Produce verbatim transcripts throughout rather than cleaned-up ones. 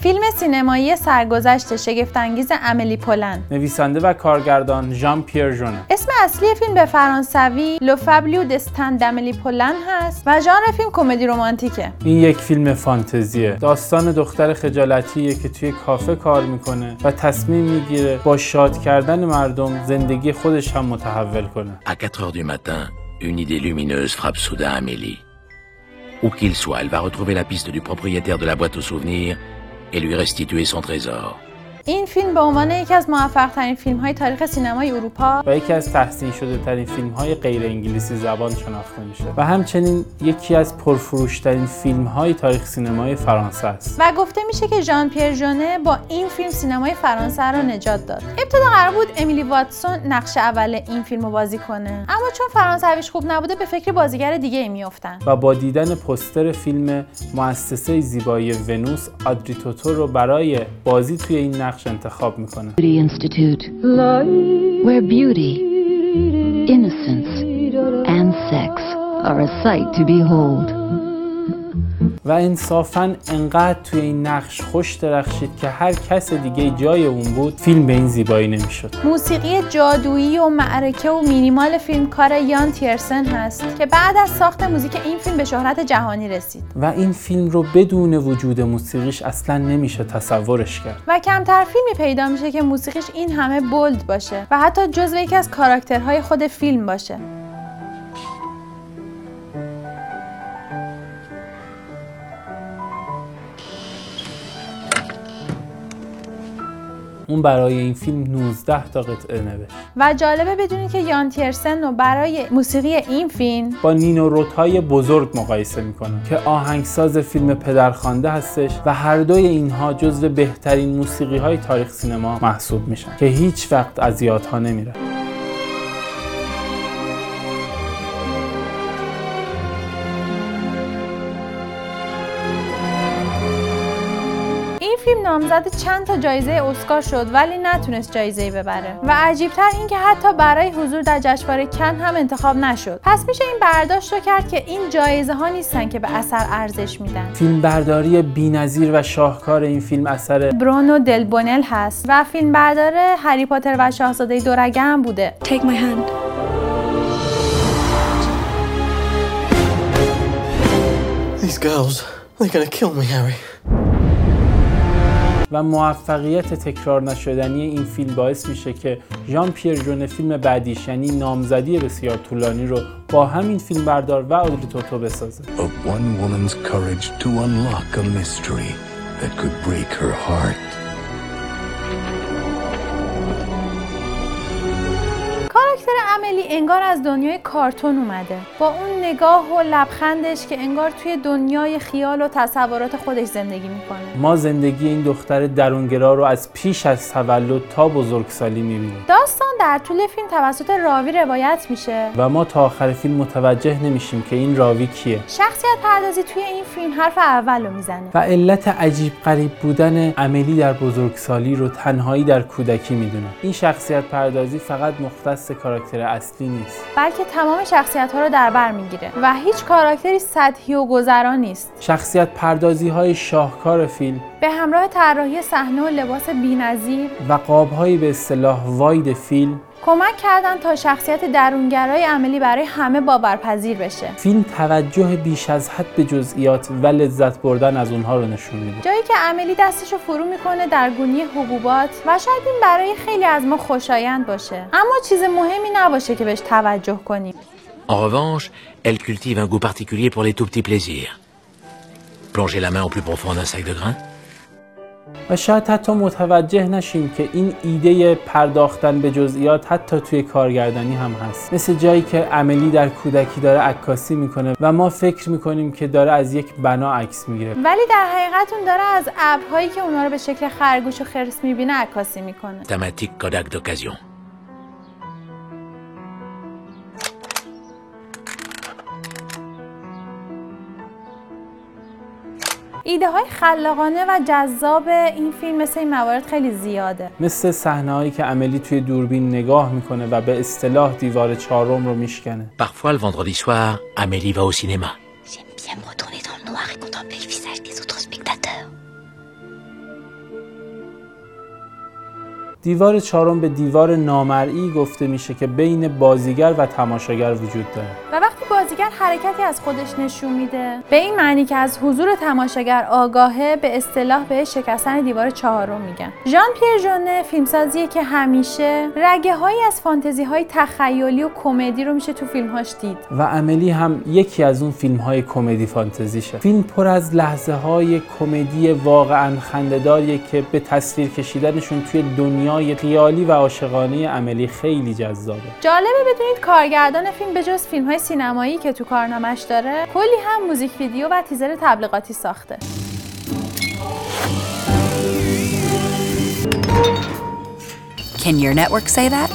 فیلم سینمایی سرگذشت شگفت‌انگیز امیلی پولن. نویسنده و کارگردان ژان پیر ژونه. اسم اصلی فیلم به فرانسوی لو فابلیو دستان دامیلی پولن هست و ژانر فیلم کمدی رمانتیکه. این یک فیلم فانتزیه. داستان دختر خجالتیه که توی کافه کار میکنه و تصمیم میگیره با شاد کردن مردم زندگی خودش هم متحول کنه. À quatre heures du matin, une idée lumineuse frappe soudain Amélie. Où qu'il soit, elle va retrouver la piste du propriétaire de la boîte aux souvenirs et lui restituer son trésor. این فیلم به عنوان یکی از موفق‌ترین فیلم‌های تاریخ سینمای اروپا و یکی از تحسین شده ترین فیلم‌های غیر انگلیسی زبان شناخته میشه و همچنین یکی از پرفروش‌ترین فیلم‌های تاریخ سینمای فرانسه است. و گفته میشه که ژان پیر ژونه با این فیلم سینمای فرانسه رو نجات داد. ابتدا قرار بود امیلی واتسون نقش اول این فیلمو بازی کنه، اما چون فرانسویش خوب نبوده به فکر بازیگر دیگه میافتن. و با دیدن پوستر فیلم مؤسسه زیبایی ونوس، آدری توتو رو برای بازی توی این نقش انتخاب میکنه. Beauty Institute, where beauty, innocence, and sex are a sight to behold. و انصافاً انقدر توی این نقش خوش درخشید که هر کس دیگه جای اون بود فیلم به این زیبایی نمیشد. موسیقی جادویی و معرکه و مینیمال فیلم کار یان تیرسن هست که بعد از ساخت موزیک این فیلم به شهرت جهانی رسید. و این فیلم رو بدون وجود موسیقیش اصلاً نمیشه تصورش کرد. و کمتر فیلمی پیدا میشه که موسیقیش این همه بولد باشه و حتی جزو یکی از کاراکترهای خود فیلم باشه. اون برای این فیلم نوزده تا قطعه نوشت. و جالبه بدونید که یان تیرسن رو برای موسیقی این فیلم با نینو روتای بزرگ مقایسه میکنه که آهنگساز فیلم پدرخوانده هستش و هر دوی اینها جزو بهترین موسیقی های تاریخ سینما محسوب میشن که هیچ وقت از یادها نمیره. فیلم نامزد چند تا جایزه اسکار شد ولی نتونست جایزه‌ای ببره و عجیبتر این که حتی برای حضور در جشنواره کن هم انتخاب نشد. پس میشه این برداشت رو کرد که این جایزه ها نیستن که به اثر ارزش میدن. فیلم برداری بی‌نظیر و شاهکار این فیلم اثر برونو دل بونل هست و فیلم بردار هری پاتر و شاهزاده دورگه هم بوده. Take my hand. These girls, they're gonna kill me, Harry. و موفقیت تکرار نشدنی این فیلم باعث میشه که ژان پیر ژونه فیلم بعدیش یعنی نامزدی بسیار طولانی رو با همین فیلم بردار و آدری توتو بسازه. Of one woman's courage to unlock a mystery that could break her heart. کاراکتر امیلی انگار از دنیای کارتون اومده، با اون نگاه و لبخندش که انگار توی دنیای خیال و تصورات خودش زندگی میکنه. ما زندگی این دختر درونگرا رو از پیش از تولد تا بزرگسالی میبینیم. داستان در طول فیلم توسط راوی روایت میشه و ما تا آخر فیلم متوجه نمیشیم که این راوی کیه. شخصیت پردازی توی این فیلم حرف اول رو میزنه و علت عجیب غریب بودن امیلی در بزرگسالی رو تنهایی در کودکی میدونه. این شخصیت پردازی فقط مختص کاراکتر اصلی نیست، بلکه تمام شخصیت‌ها رو در بر میگیره و هیچ کاراکتری سطحی و گذرا نیست. شخصیت پردازی‌های شاهکار فیلم به همراه طراحی صحنه و لباس بی‌نظیر و قاب‌های به اصطلاح واید فیلم کمک کردن تا شخصیت درونگرای امیلی برای همه باورپذیر بشه. فیلم توجه بیش از حد به جزئیات و لذت بردن از اونها رو نشون میده. جایی که امیلی دستشو فرو میکنه در گونی حبوبات و شاید این برای خیلی از ما خوشایند باشه، اما چیز مهمی نباشه که بهش توجه کنیم. En revanche, elle cultive un goût particulier pour les tout petits plaisirs. Plonger la main au plus profond d'un sac de grains. و شاید حتی متوجه نشیم که این ایده پرداختن به جزئیات حتی توی کارگردانی هم هست. مثل جایی که امیلی در کودکی داره عکاسی میکنه و ما فکر میکنیم که داره از یک بنا عکس میگیره، ولی در حقیقت اون داره از ابرهایی که اونا رو به شکل خرگوش و خرس میبینه عکاسی میکنه. Thématique Kodak d'occasion. ایده های خلاقانه و جذاب این فیلم مثل این موارد خیلی زیاده. مثل صحنه هایی که امیلی توی دوربین نگاه میکنه و به اصطلاح دیوار چهارم رو میشکنه. Parfois le vendredi soir, Amélie va au cinéma. J'aime bien me retourner dans le noir et contempler le visage des autres spectateurs. دیوار چهارم به دیوار نامرئی گفته میشه که بین بازیگر و تماشاگر وجود داره. و وقتی بازیگر حرکتی از خودش نشون میده، به این معنی که از حضور تماشاگر آگاهه، به اصطلاح به شکستن دیوار چهارم میگن. ژان پیر ژونه فیلمسازیه که همیشه رگه‌هایی از فانتزی‌های تخیلی و کمدی رو میشه تو فیلم‌هاش دید. و امیلی هم یکی از اون فیلم‌های کمدی فانتزیشه. فیلم پر از لحظه‌های کمدی واقعاً خنده‌داریه که به تصویر کشیدنشون توی دنیای خیالی و عاشقانه امیلی خیلی جذابه. جالبه بدونید کارگردان فیلم به جز فیلم‌های سینمایی که تو کارنامه‌اش داره، کلی هم موزیک ویدیو و تیزر تبلیغاتی ساخته. Can your network say that?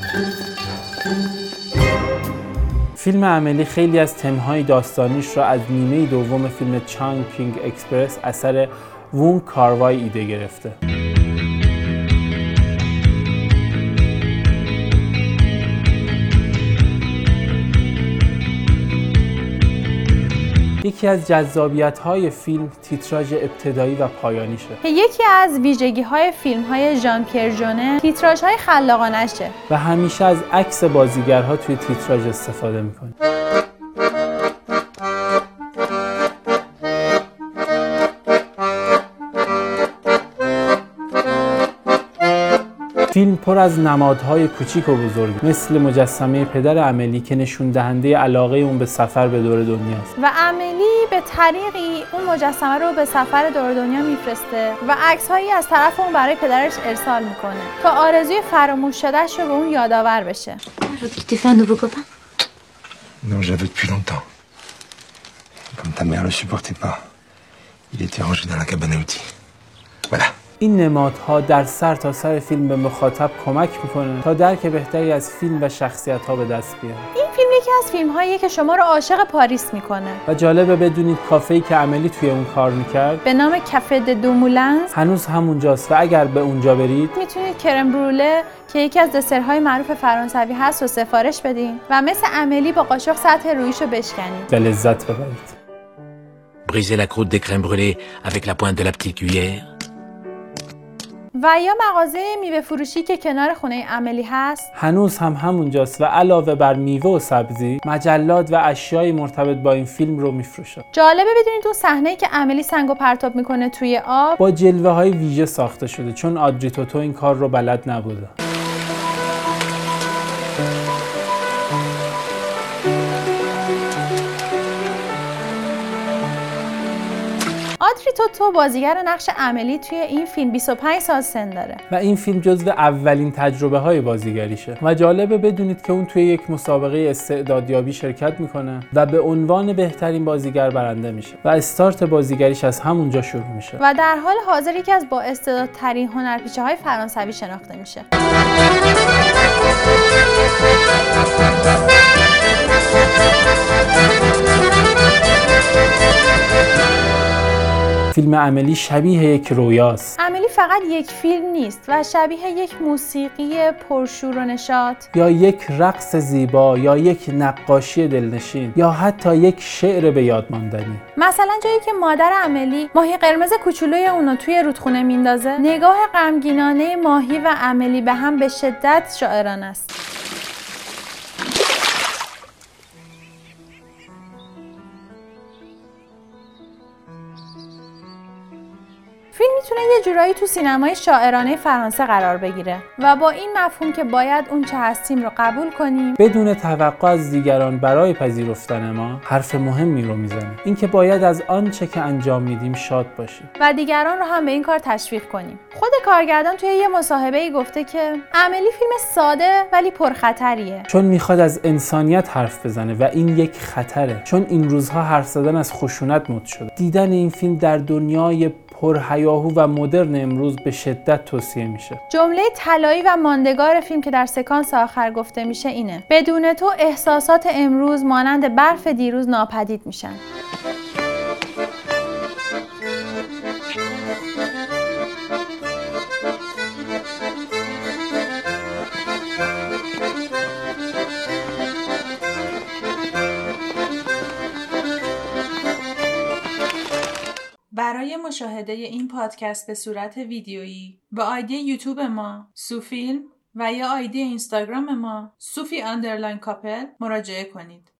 فیلم امیلی خیلی از تم‌های داستانیش را از نیمه دوم فیلم چانگکینگ اکسپرس اثر وون کاروای ایده گرفته. یکی از جذابیت‌های فیلم تیتراژ ابتدایی و پایانیشه که یکی از ویژگی‌های فیلم‌های ژان پیر ژونه تیتراژهای خلاقانه‌شه و همیشه از عکس بازیگرها توی تیتراژ استفاده می‌کنه. فیلم پر از نمادهای کوچیک و بزرگ مثل مجسمه پدر امیلی که نشون دهنده علاقه اون به سفر به دور دنیاست و امیلی به طریقی اون مجسمه رو به سفر دور دنیا میفرسته و عکس‌هایی از طرف اون برای پدرش ارسال میکنه تا آرزوی فراموش شده‌اش رو به اون یادآور بشه. Tu t'es fait un nouveau copain? Non, je l'avais depuis longtemps. Comme ta mère le supportait pas, il était rangé dans la cabane à outils. Voilà. این نمادها در سر تا سر فیلم به مخاطب کمک میکنه تا درک بهتری از فیلم و شخصیت‌ها به دست بیاره. این فیلم یکی از فیلم‌هاییه که شما رو عاشق پاریس میکنه. و جالبه بدونید کافه‌ای که امیلی توی اون کار میکرد به نام کافه د دو مولنز هنوز همونجاست و اگر به اونجا برید میتونید کرم بروله که یکی از دسرهای معروف فرانسوی هست رو سفارش بدین و مثل امیلی با قاشق سطح رویشو بشکنید و لذت ببرید. Briser la croûte des crèmes brûlées avec la pointe de la petite cuillère. و یا مغازه میوه فروشی که کنار خونه امیلی هست هنوز هم همونجاست و علاوه بر میوه و سبزی مجلات و اشیای مرتبط با این فیلم رو میفروشه. جالبه بدونید اون صحنه‌ای که امیلی سنگو پرتاب میکنه توی آب با جلوه های ویژه ساخته شده چون آدری توتو این کار رو بلد نبوده. آدری توتو بازیگر نقش امیلی توی این فیلم بیست و پنج سال سن داره و این فیلم جزو اولین تجربه های بازیگریشه و جالبه بدونید که اون توی یک مسابقه استعدادیابی شرکت میکنه و به عنوان بهترین بازیگر برنده میشه و استارت بازیگریش از همونجا شروع میشه و در حال حاضر یکی از با استعدادترین هنرپیشه های فرانسوی شناخته میشه. فیلم امیلی شبیه یک رویاست. امیلی فقط یک فیلم نیست و شبیه یک موسیقی پرشور و نشاط یا یک رقص زیبا یا یک نقاشی دلنشین یا حتی یک شعر به یاد ماندنی. مثلا جایی که مادر امیلی ماهی قرمز کوچولوی اونو توی رودخونه میندازه، نگاه غمگینانه ماهی و امیلی به هم به شدت شاعرانه است. فیلم میتونه یه جورایی تو سینمای شاعرانه فرانسه قرار بگیره و با این مفهوم که باید اون چه هستیم رو قبول کنیم بدون توقع از دیگران برای پذیرفتن ما حرف مهمی رو میزنه. اینکه باید از آنچه که انجام میدیم شاد باشیم و دیگران رو هم به این کار تشویق کنیم. خود کارگردان توی یه مصاحبه‌ای گفته که امیلی فیلم ساده ولی پرخطریه چون میخواد از انسانیت حرف بزنه و این یک خطره چون این روزها حرف زدن از خشونت مد شده. دیدن این فیلم در دنیای پرهیاهو و مدرن امروز به شدت توصیه میشه. جمله طلایی و ماندگار فیلم که در سکانس آخر گفته میشه اینه: بدون تو احساسات امروز مانند برف دیروز ناپدید میشن. برای مشاهده این پادکست به صورت ویدیویی به آیدی یوتیوب ما سوفیلم و یا آیدی اینستاگرام ما سوفی اندرلاین کاپل مراجعه کنید.